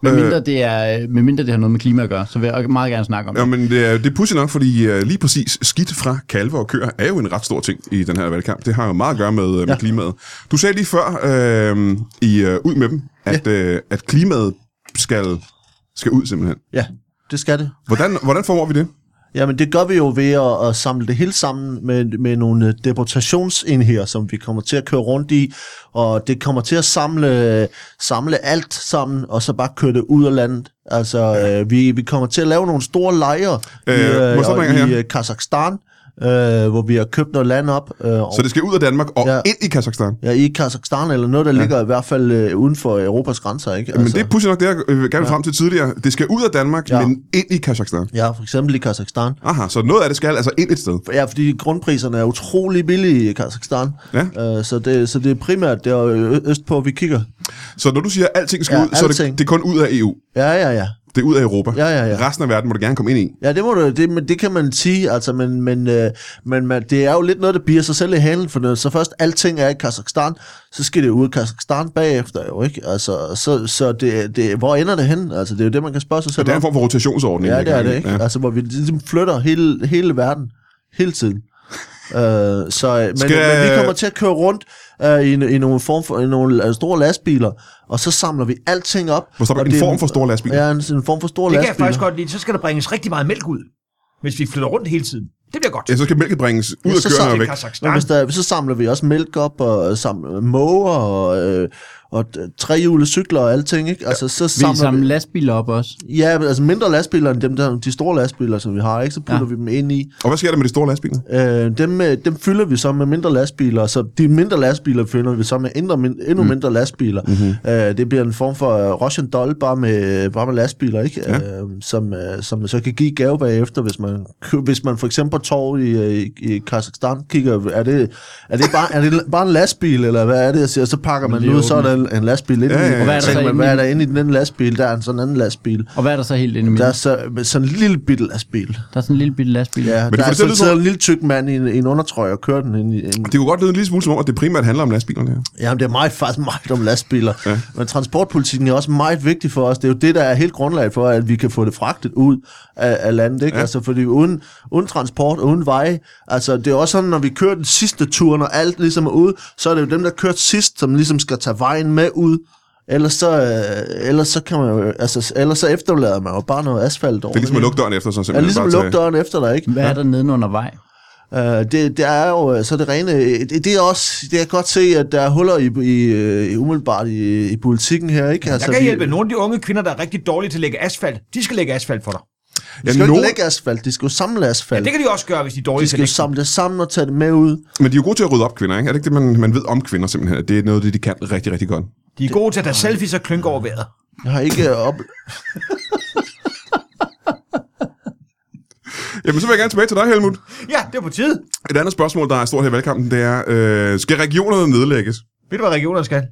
Medmindre det, er, medmindre det har noget med klima at gøre, så vil jeg meget gerne snakke om Ja, det. men det er, det er pudsigt nok, fordi uh, lige præcis skidt fra kalve og køer er jo en ret stor ting i den her valgkamp. Det har jo meget at gøre med, med Ja. klimaet. Du sagde lige før uh, i uh, Ud med dem, at, uh, at klimaet skal, skal ud simpelthen. Ja, det skal det. Hvordan, hvordan formår vi det? Jamen, det gør vi jo ved at, at samle det hele sammen med, med nogle deportationsenheder, som vi kommer til at køre rundt i, og det kommer til at samle, samle alt sammen, og så bare køre det ud af landet. Altså, øh, vi, vi kommer til at lave nogle store lejre Øh, i, må jeg stoppe øh, her? i øh, Kazakhstan, øh, hvor vi har købt noget land op. Øh, og Så det skal ud af Danmark og Ja. ind i Kazakhstan? Ja, i Kazakhstan, eller noget, der ja. ligger i hvert fald øh, uden for Europas grænser, ikke? Men det er pudsigt nok det, jeg øh, gerne vil frem til tidligere. Det skal ud af Danmark, Ja. men ind i Kazakhstan. Ja, for eksempel i Kazakhstan. Aha, så noget af det skal altså ind et sted. Ja, fordi grundpriserne er utrolig billige i Kazakhstan. Ja. Øh, så, det, så det er primært der ø- østpå, vi kigger. Så når du siger, at alting skal Ja, ud, så er det, alting. det er kun ud af E U. Ja, ja, ja. Det er ud af Europa. Ja, ja, ja. Resten af verden må du gerne komme ind i. Ja, det må du, det, men det kan man sige, altså, men, men, øh, men man, det er jo lidt noget, der bier sig selv i halen, for når så først alting er i Kazakhstan, så skal det ud af Kazakhstan bagefter jo, ikke? Altså, så, så det, det, hvor ender det hen? Altså, det er jo det, man kan spørge sig Så selv det er en om. form for rotationsordning. Ja, det er det, ikke? Ja. Altså, hvor vi ligesom flytter hele, hele verden, hele tiden. Uh, så, men, Skal- men vi kommer til at køre rundt uh, i, i nogle, form for, i nogle uh, store lastbiler, og så samler vi alting op. Hvor står der og en det er- form for store lastbiler? Ja, en, en form for store Det kan jeg lastbiler. faktisk godt lide. Så skal der bringes rigtig meget mælk ud, hvis vi flytter rundt hele tiden. Det bliver godt. Ja, så skal mælket bringes ud Ja, af så køerne og samler væk. Til Men Kazakhstan. hvis der, så samler vi også mælk op og samler måger og, øh, og trehjulede cykler og alting, ikke? Altså, så Vil I samler samle vi... lastbiler op også? Ja, men altså mindre lastbiler end dem der, de store lastbiler, som vi har, ikke? Så putter Ja. vi dem ind i. Og hvad sker der med de store lastbiler? Øh, dem, øh, dem fylder vi så med mindre lastbiler, så de mindre lastbiler fylder vi så med endnu, min- endnu mindre lastbiler. Mm-hmm. Øh, det bliver en form for uh, Russian doll, bare med, bare med lastbiler, ikke? Ja. Øh, som, øh, som man så kan give gave bagefter, hvis man, kø- hvis man for eksempel på torv i, i, i Kazakhstan kigger, er det, er, det bare, er det bare en lastbil, eller hvad er det, jeg siger? Så pakker man Det er ud, så er åbent. der en, en lastbil ind Ja, ja, i. ja. Og hvad er der, så så inde hvad i er den? der inde i den anden lastbil? Der er en sådan anden lastbil. Og hvad er der så helt inde i Der midten? er så, sådan en lille bitte lastbil. Der er sådan en lille bitte lastbil. Ja, det der får er det til at så lyde sidder som- en lille tyk mand i en, i en undertrøje og kører den ind i en... Det kunne godt lyde en lille smule som om, at det primært handler om lastbilerne her. Jamen, det er meget, faktisk meget om lastbiler. Ja. Ja. Men transportpolitikken er også meget vigtig for os. Det er jo det, der er helt grundlaget for, at vi kan få det fragtet ud af, af landet. Ikke? Ja. Ja. Altså, fordi uden, uden transport og uden veje, altså det er også sådan, når vi kører den sidste tur, når alt ligesom er ude, så er det jo dem, der kørt sidst, som ligesom skal tage vejen med ud. Ellers så, øh, ellers så kan man jo, altså, ellers så efterlader man jo bare noget asfalt over. Det er ligesom at lukke døren efter sig Ja, simpelthen. ligesom bare at tage- lukke døren efter dig, ikke? Hvad er der nedenunder vej? Uh, det, det er jo så det rene, det, det er også, det kan jeg godt se, at der er huller i, i, i umiddelbart i, i politikken her, ikke? Jeg Altså, kan vi- hjælpe nogle af de unge kvinder, der er rigtig dårlige til at lægge asfalt. De skal lægge asfalt for dig. De skal Ja, jo nogen- ikke lægge asfalt, de skal jo samle Ja, asfalt. det kan de også gøre, hvis de er dårlige De til at skal jo lægge. samle det sammen og tage det med ud. Men de er jo gode til at rydde op, kvinder, ikke? Er det ikke det, man, man ved om kvinder simpelthen? Det er noget af det, de kan rigtig, rigtig godt. De er gode til at tage selfies og klynke over vejret. Jeg har ikke op... Jamen, så vil jeg gerne tilbage til dig, Helmut. Ja, det er på tide. Et andet spørgsmål, der er stort her i valgkampen, det er, øh, skal regionerne nedlægges? Ved du, hvad regionerne skal?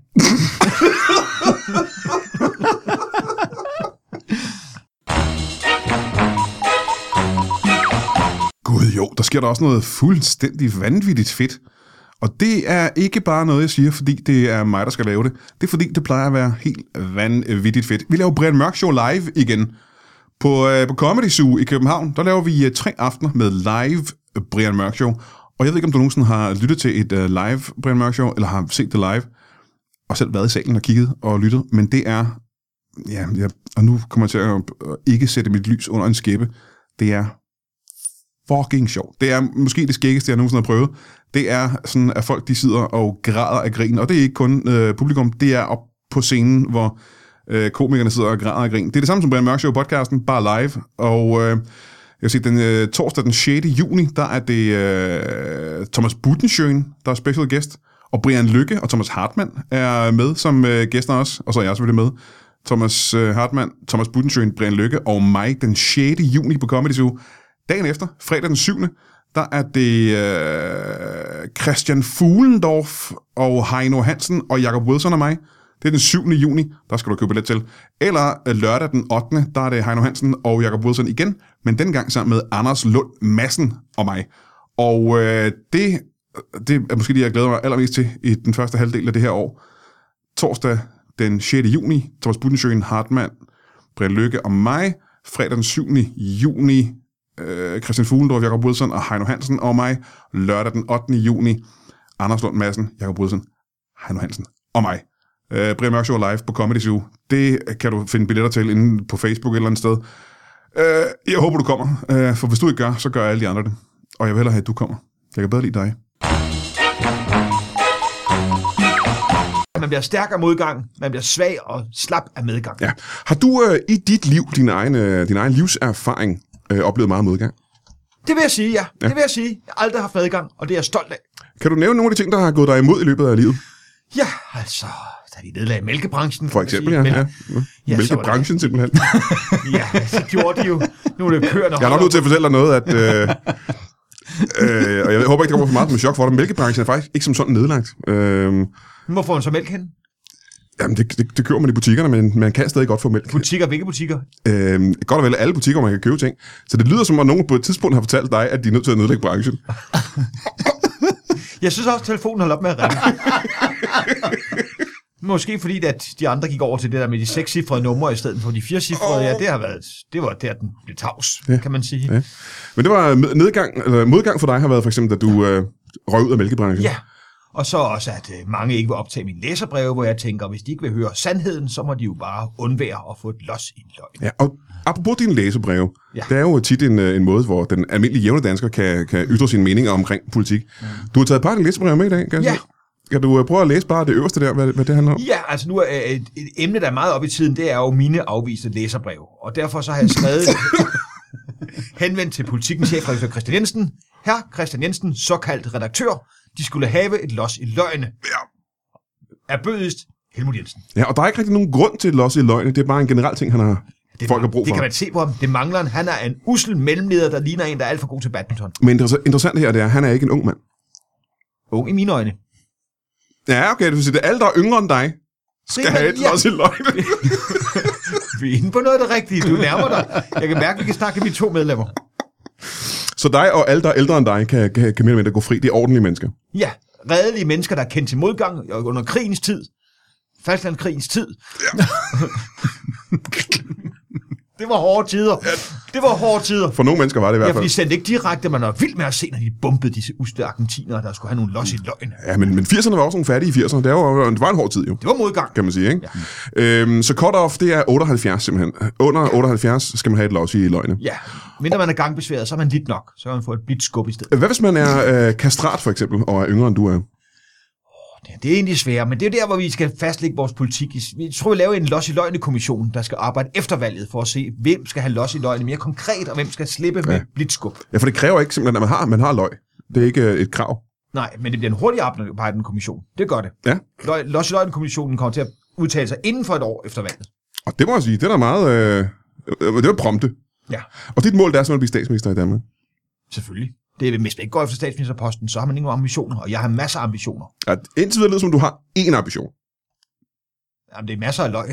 Gud jo, der sker der også noget fuldstændig vanvittigt fedt. Og det er ikke bare noget, jeg siger, fordi det er mig, der skal lave det. Det er fordi, det plejer at være helt vanvittigt fedt. Vi laver Brian Mørk Show live igen. På, øh, på Comedy Zoo i København, der laver vi øh, tre aftener med live Brian Mørk Show. Og jeg ved ikke, om du nogensinde har lyttet til et øh, live Brian Mørk Show, eller har set det live, og selv været i salen og kigget og lyttet. Men det er, ja, jeg, og nu kommer jeg til at øh, ikke sætte mit lys under en skæppe. Det er fucking sjovt. Det er måske det skæggeste, jeg nogensinde har prøvet. Det er sådan, at folk de sidder og græder af grin, og det er ikke kun øh, publikum, det er op på scenen, hvor øh, komikerne sidder og græder af grin. Det er det samme som Brian Mørk Show podcasten, bare live, og øh, jeg vil sige, den øh, torsdag den sjette juni, der er det øh, Thomas Budensjøen, der er special guest, og Brian Lykke og Thomas Hartmann er med som øh, gæster også, og så er jeg selvfølgelig med. Thomas øh, Hartmann, Thomas Budensjøen, Brian Lykke og mig den sjette juni på Comedy Zoo. Dagen efter, fredag den syvende, der er det øh, Christian Fuglendorf og Heino Hansen og Jacob Wilson og mig. Det er den syvende juni, der skal du købe billet til. Eller øh, lørdag den ottende, der er det Heino Hansen og Jacob Wilson igen, men dengang sammen med Anders Lund Madsen og mig. Og øh, det, det er måske det, jeg glæder mig allermest til i den første halvdel af det her år. Torsdag den sjette juni, Thomas Budensjøen, Hartmann, Brian Lykke og mig. Fredag den syvende juni, øh, Christian Fuglendorf, Jakob Wilson og Heino Hansen og mig. Lørdag den ottende juni, Anders Lund Madsen, Jakob Wilson, Heino Hansen og mig. Øh, Brian Mørk Show live på Comedy Zoo. Det kan du finde billetter til inde på Facebook et eller andet sted. Øh, jeg håber, du kommer, øh, for hvis du ikke gør, så gør alle de andre det. Og jeg vil hellere have, at du kommer. Jeg kan bedre lide dig. Man bliver stærk af modgang, man bliver svag og slap af medgang. Ja. Har du øh, i dit liv, din egen, øh, din egen livserfaring, øh, oplevet meget modgang? Det vil jeg sige, ja. ja. Det vil jeg sige. Jeg har aldrig haft medgang, og det er jeg stolt af. Kan du nævne nogle af de ting, der har gået dig imod i løbet af livet? Ja, altså, da vi nedlagde mælkebranchen. For eksempel, ja. Mæl- ja. ja Mælkebranchen simpelthen. Ja, så gjorde de jo. Nu er det køerne. Jeg er nok nødt til at fortælle dig noget, at... Øh, øh, og jeg håber ikke, det kommer for meget som en chok for dig. Mælkebranchen er faktisk ikke som sådan nedlagt. Øh, Hvor får man så mælk hen? Jamen, det, det, det køber man i butikkerne, men man kan stadig godt få mælk. Butikker? Hvilke butikker? Øh, godt og vel alle butikker, man kan købe ting. Så det lyder som, at nogen på et tidspunkt har fortalt dig, at de er nødt til at nedlægge branchen. Jeg synes også, at telefonen holdt op med at ringe. Måske fordi, at de andre gik over til det der med de sekscifrede numre, i stedet for de firecifrede. Oh. Ja, det har været, det var der, den blev tavs, ja. Kan man sige. Ja. Men det var nedgang, eller modgang for dig har været for eksempel, da du øh, røg ud af mælkebranchen. Ja, og så også, at øh, mange ikke vil optage mine læserbreve, hvor jeg tænker, hvis de ikke vil høre sandheden, så må de jo bare undvære at få et los i en løgn. Ja, og apropos dine læserbreve, ja. Det er jo tit en, en måde, hvor den almindelige jævne dansker kan, kan ytre sine meninger omkring politik. Mm. Du har taget et par af dine læserbreve med i dag, kan jeg Ja. sige? Kan du prøve at læse bare det øverste der, hvad, hvad det handler om? Ja, altså nu er et, et emne, der er meget op i tiden, det er jo mine afviste læserbreve. Og derfor så har jeg skrevet henvendt til Politikens chefredaktør Christian Jensen. Herr Christian Jensen, såkaldt redaktør, de skulle have et los i løgne. Ja. Erbødigst Helmut Jensen. Ja, og der er ikke rigtig nogen grund til et los i løgne. Det er bare en generel ting, han har det folk har brug for. Det kan man se på ham. Det mangler han. Han er en usel mellemleder, der ligner en, der er alt for god til badminton. Men det interessante her, det er, at han er ikke en ung mand. Ung i mine øjne. Ja, okay, det vil sige, det er alle, der er yngre end dig, skal det, have et ja. los i løgne. Vi er inde på noget af det rigtige. Du nærmer dig. Jeg kan mærke, at vi kan snakke med mine to medlemmer. Så dig og alle, der er ældre end dig, kan, kan, kan mere eller mindre gå fri. Det er ordentlige mennesker. Ja, redelige mennesker, der er kendt til modgang under krigens tid. Fastlandskrigens tid. Ja. Det var hårde tider. Det var hårde tider. For nogle mennesker var det i hvert fald. Ja, for de sendte ikke direkte, man var vild med at se, når de bombede disse uste argentinere, der skulle have nogle los i løgn. Ja, men, men firserne var også nogle fattige i firserne. Det var, det var en hård tid jo. Det var modgang. Kan man sige, ikke? Ja. Øhm, så cut-off, det er otteoghalvfjerds simpelthen. Under ja. otteoghalvfjerds skal man have et los i løgne. Ja, mindre man er gangbesværet, så er man lidt nok. Så kan man få et blidt skub i stedet. Hvad hvis man er øh, kastrat for eksempel, og er yngre end du er? Det er egentlig svært, men det er jo der, hvor vi skal fastlægge vores politik. Vi tror, vi laver en los i løgne-kommission, der skal arbejde efter valget for at se, hvem skal have los i løgne mere konkret, og hvem skal slippe ja. med blitzskub. Ja, for det kræver ikke simpelthen, at man har, man har løg. Det er ikke et krav. Nej, men det bliver en hurtig arbejdende kommission. Det gør det. Ja. Los i løgne-kommissionen kommer til at udtale sig inden for et år efter valget. Og det må jeg sige, det er da meget... Øh, det er prompte. Ja. Og dit mål, det er simpelthen at blive statsminister i Danmark. Selvfølgelig. Det er, hvis man ikke går efter statsministerposten, så har man ingen ambitioner, og jeg har masser af ambitioner. Ja, indtil videre lyder som, du har én ambition. Jamen, det er masser af løg.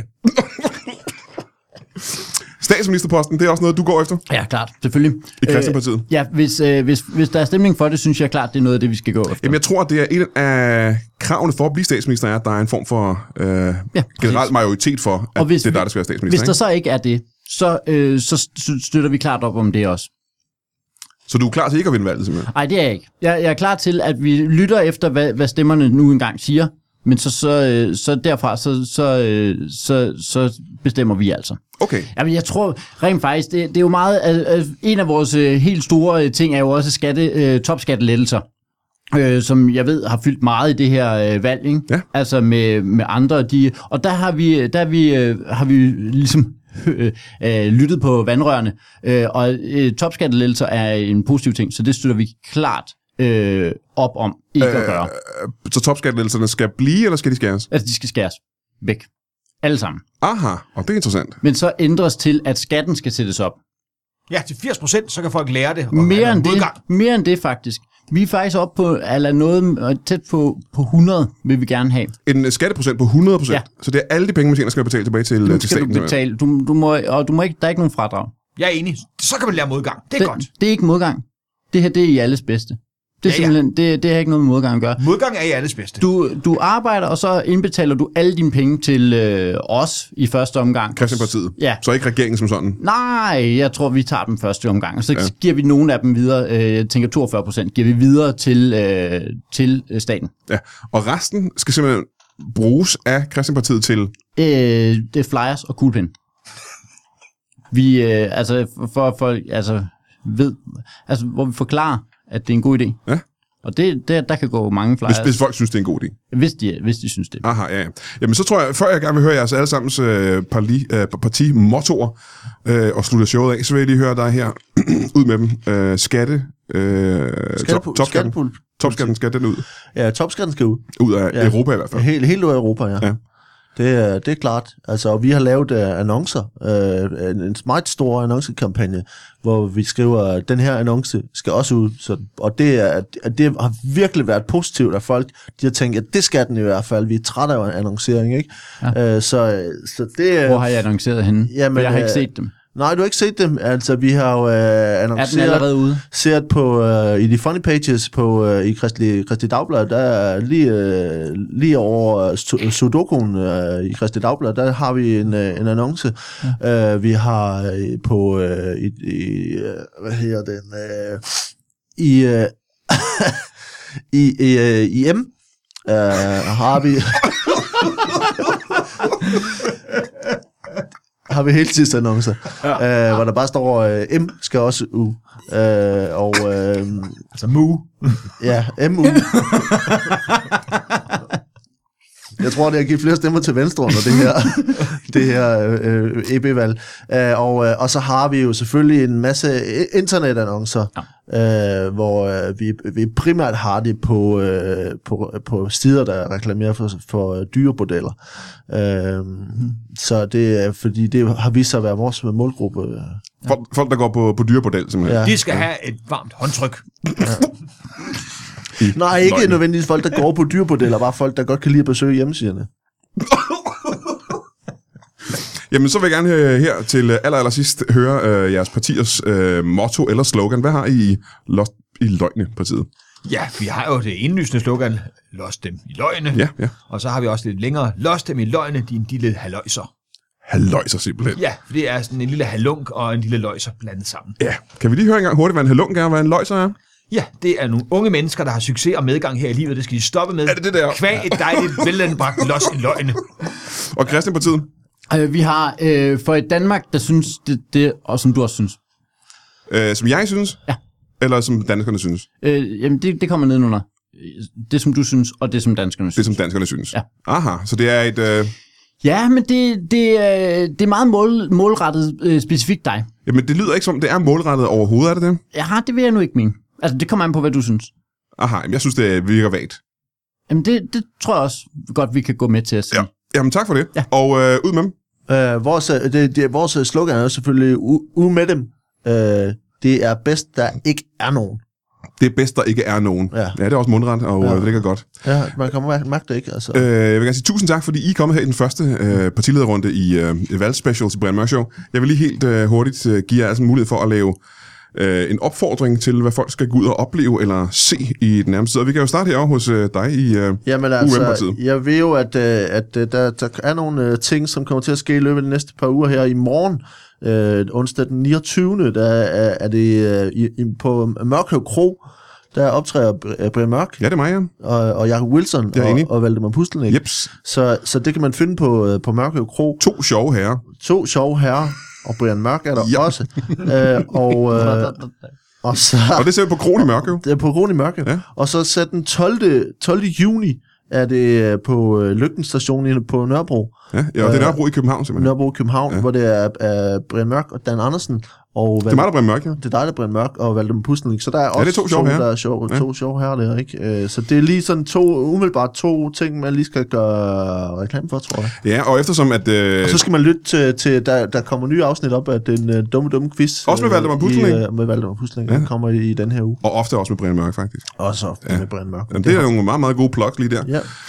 Statsministerposten, det er også noget, du går efter? Ja, klart, selvfølgelig. I Kristendemokratiet? Øh, ja, hvis, øh, hvis, hvis der er stemning for det, synes jeg klart, det er noget af det, vi skal gå efter. Jamen, jeg tror, det er et af kravene for at blive statsminister, er, at der er en form for øh, ja, generel majoritet for, at hvis, det er der, der skal være statsminister. Hvis der så ikke er det, så, øh, så støtter vi klart op om det også. Så du er klar til ikke at vinde valget, simpelthen? Nej, det er jeg ikke. Jeg, jeg er klar til, at vi lytter efter, hvad, hvad stemmerne nu engang siger, men så, så, så derfra, så, så, så, så bestemmer vi altså. Okay. Jamen, jeg tror rent faktisk, det, det er jo meget... Uh, en af vores uh, helt store ting er jo også skatte, uh, topskattelettelser, uh, som jeg ved har fyldt meget i det her uh, valg, ikke? Ja. Altså med, med andre. De, og der har vi, der har vi, uh, har vi ligesom... Øh, øh, lyttet på vandrørene, øh, og øh, topskattelettelser er en positiv ting, så det støtter vi klart øh, op om ikke øh, at gøre. Så topskattelettelserne skal blive, eller skal de skæres? Altså, de skal skæres væk. Alle sammen. Aha, og det er interessant. Men så ændres til, at skatten skal sættes op. Ja, til firs procent, så kan folk lære det. Mere end det, mere end det, faktisk. Vi er faktisk oppe på, eller noget tæt på, på hundrede, vil vi gerne have. En skatteprocent på hundrede procent? Ja. Så det er alle de penge, man tjener, skal betale tilbage til, du til staten? Du betale. Du, du må, og du må ikke, der er ikke nogen fradrag. Jeg er enig. Så kan man lære modgang. Det er det, godt. Det er ikke modgang. Det her, det er i alles bedste. Det er Ja, ja. simpelthen, det, det har ikke noget med modgang at gøre. Modgang er i alles bedste. Du, du arbejder, og så indbetaler du alle dine penge til øh, os i første omgang. Christianpartiet. Ja. Så ikke regeringen som sådan. Nej, jeg tror, vi tager dem første omgang, og så Ja. ja. giver vi nogle af dem videre, øh, jeg tænker toogfyrre procent, giver vi videre til, øh, til øh, staten. Ja. Og resten skal simpelthen bruges af Christianpartiet til... Øh, det er flyers og kuglepen. Vi, øh, altså, for at folk altså, ved, altså, hvor vi forklarer, at det er en god idé. Ja. Og det, det, der kan gå mange flyers, Hvis, hvis folk synes, det er en god idé. hvis, de, hvis de synes det. Aha, ja, ja. Jamen, så tror jeg, før jeg gerne vil høre jeres allesammens øh, parti, øh, parti-mottoer øh, og slutte showet af, så vil jeg lige høre dig her ud med dem. Øh, skatte... Øh, top, topskatten. Skattepul. Topskatten skal den ud. Ja, topskatten skal ud. Ud af Ja. Europa i hvert fald. Helt, helt ud af Europa, ja. Ja. Det er, det er klart. Altså, og vi har lavet uh, annoncer, uh, en, en meget stor annoncekampagne, hvor vi skriver, at den her annonce skal også ud. Så, og det, er, at det har virkelig været positivt, at folk de har tænkt, at det skal den i hvert fald. Vi er trætte af annoncering, ikke? Ja. Uh, så, så det Hvor har jeg annonceret henne? Jamen, For jeg har ikke øh, set dem. Nej, du har ikke set dem. Altså, vi har jo uh, Er den annonceret... allerede ude? Set på uh, i de funny pages på uh, i Kristelig Kristelig Dagblad, der er lige uh, lige over uh, Sudokuen uh, i Kristelig Dagblad, der har vi en uh, en annonce. Ja. Uh, vi har uh, på uh, i, i uh, hvad hedder den uh, i uh, i i, uh, i M uh, har vi har vi heltidsannoncer, ja. øh, hvor der bare står, øh, M skal også ud. Øh, og, øh, Altså mu. ja, M U. Jeg tror, det har givet flere stemmer til Venstre under det her, det her øh, E B-valg. Øh, og, øh, og så har vi jo selvfølgelig en masse internetannoncer, ja. øh, hvor øh, vi, vi primært har det på, øh, på, på sider, der reklamerer for, for dyrebordeller. Øh, så det er, fordi det har vist sig at være vores målgruppe. Folk, folk der går på, på dyrebordel, simpelthen. Ja. De skal have et varmt håndtryk. Nej, ikke Løgn. nødvendigvis folk, der går på dyrebordeller, bare folk, der godt kan lide at besøge hjemmesiderne. Jamen, så vil jeg gerne øh, her til øh, aller, aller sidst høre øh, jeres partiers øh, motto eller slogan. Hvad har I i, Lost, i Løgne-partiet? Ja, vi har jo det indlysende slogan, los dem i løgne. Ja, ja. Og så har vi også lidt længere, los dem i løgne, din lille haløjser. Haløjser simpelthen. Ja, for det er sådan en lille halunk og en lille løjser blandet sammen. Ja. Kan vi lige høre en gang hurtigt, hvad en halunk er, og hvad en løjser er? Ja, det er nogle unge mennesker, der har succes og medgang her i livet. Det skal de stoppe med. Er det det der? Kvæg et dejligt, velanbragt los i løgne. Og Christianpartiet? Øh, vi har øh, for et Danmark, der synes det, det, og som du også synes. Øh, som jeg synes? Ja. Eller som danskerne synes? Øh, jamen, det, det kommer nedenunder. Det, som du synes, og det, som danskerne Det, synes. som danskerne synes? Ja. Aha, så det er et... Øh... Ja, men det, det, er- det er meget mål, målrettet øh, specifikt dig. Jamen, det lyder ikke som, det er målrettet overhovedet, er det det? Ja, det vil jeg nu ikke mene. Altså, det kommer an på, hvad du synes. Aha, jamen, jeg synes, det virker vagt. Jamen, det, det tror jeg også godt, vi kan gå med til at sige. Ja. Jamen, tak for det. Ja. Og øh, ud med dem. Øh, vores, øh, det, det, vores slogan er jo selvfølgelig u- ud med dem. Øh, det er bedst, der ikke er nogen. Det er bedst, der ikke er nogen. Ja. Ja, det er også mundret, og Ja. ja. det ligger godt. Ja, man kan mærke mærke det ikke. Altså. Øh, jeg vil gerne sige tusind tak, fordi I er kommet her i den første øh, partilederrunde i øh, valgspecial til Brian Mørk Show. Jeg vil lige helt øh, hurtigt øh, give jer altså en mulighed for at lave øh, en opfordring til, hvad folk skal gå ud og opleve eller se i den nærmeste tid. Og vi kan jo starte herovre hos øh, dig i øh, Jamen U altså, M-partiet. jeg ved jo, at, øh, at øh, der, der er nogle øh, ting, som kommer til at ske i løbet af de næste par uger her i morgen. Øh, onsdag den niogtyvende der er, er det øh, i, i, på Mørkøv Kro, der optræder Br- Brian Mørk Ja, det er mig, ja. og, og Jakob Wilson Jeg er enig. og, og Valdemar Pustelnik. Jeps. Så, så det kan man finde på, øh, på Mørkøv Kro. To sjove herrer. To sjove herrer, og Brian Mørk er der Ja. også. Øh, og, øh, og så... Og det ser vi på Kron i Mørkøv. Det er på Kron i Mørkøv. Ja. Og så så den tolvte juni er det øh, på øh, Lygten station inde på Nørrebro. Ja, ja og det er Nørrebro i København, simpelthen. Nørrebro i København, Ja. ja. hvor det er, er Brian Mørk og Dan Andersen. Og Det er mig, der Brian Mørk, ja. det er dig, der Brian Mørk og Valdemar Pustelnik. Så der er også det er to sjove herrer. der er sjove, Ja. to sjove herrer der, ikke? Øh, Så det er lige sådan to, umiddelbart to ting, man lige skal gøre reklame for, tror jeg. Ja, og eftersom at... Øh, Og så skal man lytte til, til der, der kommer nye afsnit op af den uh, dumme, dumme quiz. Også med Valdemar Pustelnik? i, uh, Med Valdemar Pustelnik, Ja. ja. Den kommer i, i den her uge. og ofte også med Brian Mørk, faktisk. Og så Ja. med Brian Mørk. Jamen, det er nogle meget, meget gode plugs lige der. Ja.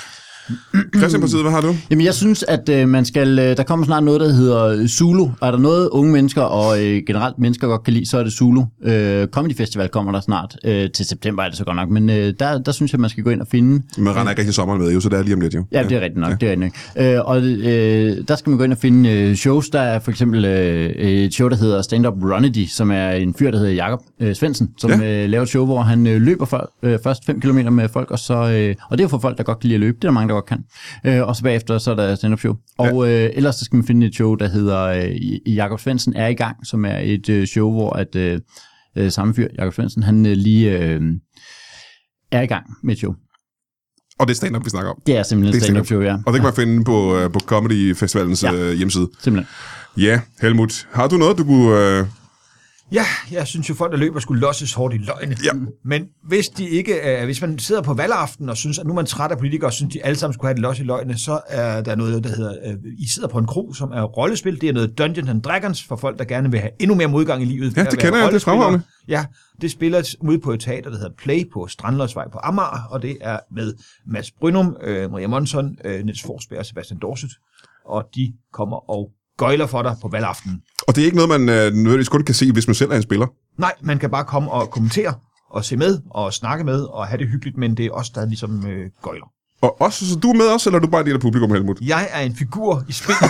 Christian på side, hvad har du? Jamen, jeg synes, at øh, man skal... Øh, der kommer snart noget, der hedder Zulu. Er der noget, unge mennesker og øh, generelt mennesker godt kan lide, så er det Zulu. Øh, Comedy Festival kommer der snart. Øh, til september er det så godt nok. Men øh, der, der synes jeg, man skal gå ind og finde... Man render ikke rigtig sommeren med, jo, så det er lige om lidt, jo. Ja, det er rigtigt nok. Ja. Det er rigtigt nok. Øh, og øh, der skal man gå ind og finde øh, shows. Der er for eksempel øh, et show, der hedder Stand Up Runnedy, som er en fyr, der hedder Jakob øh, Svendsen, som ja. øh, laver et show, hvor han øh, løber for, øh, først fem kilometer med folk, og så... Øh, og det er jo for folk, der godt kan lide at løbe. Det er der mange, der godt kan. Øh, og så bagefter, så er der stand-up show. Og ja. øh, ellers så skal man finde et show, der hedder øh, Jakob Svendsen er i gang, som er et øh, show, hvor at øh, øh, samme fyr, Jakob Svendsen, han øh, lige øh, er i gang med et show. Og det er stand-up, vi snakker om. Det er simpelthen et stand-up show, ja. Og det kan man finde på, uh, på Comedy Festivalens ja. uh, hjemmeside. Simpelthen. Ja, Helmut. Har du noget, du kunne... Uh... Ja, jeg synes jo, folk, der løber, skulle losses hårdt i løgne. Ja. Men hvis de ikke, uh, hvis man sidder på valgaften og synes, at nu er man træt af politikere, og synes, de alle sammen skulle have et los i løgne, så er der noget, der hedder, uh, I sidder på en kro, som er rollespil. Det er noget Dungeons and Dragons for folk, der gerne vil have endnu mere modgang i livet. Ja, det kender jeg, det er fremragende. Ja, det spiller ude på et teater, der hedder Play på Strandløsvej på Amager, og det er med Mads Brynum, uh, Maria Monson, uh, Niels Forsberg og Sebastian Dorset, og de kommer og gøjler for dig på valgaften. Og det er ikke noget, man øh, nødvendigvis kun kan se, hvis man selv er en spiller? Nej, man kan bare komme og kommentere, og se med, og snakke med, og have det hyggeligt, men det er også der ligesom øh, gøjler. Og også, så du er med os, eller er du bare en del af publikum, Helmut? Jeg er en figur i spil.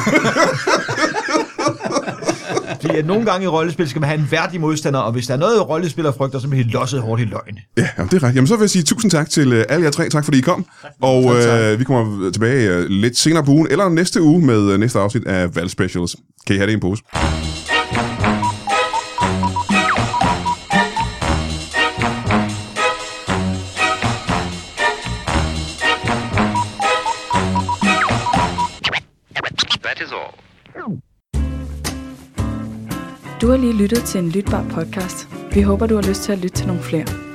Fordi at nogle gange i rollespil skal man have en værdig modstander, og hvis der er noget rollespiller frygter, så bliver det losset hårdt i løgn. Ja, jamen, det er rigtigt. Jamen, så vil jeg sige tusind tak til uh, alle jer tre. Tak fordi I kom. Og uh, vi kommer tilbage uh, lidt senere på ugen, eller næste uge med uh, næste afsnit af Valg Specials. Kan I have det i en pose? That is all. Du har lige lyttet til en lytbar podcast. Vi håber, du har lyst til at lytte til nogle flere.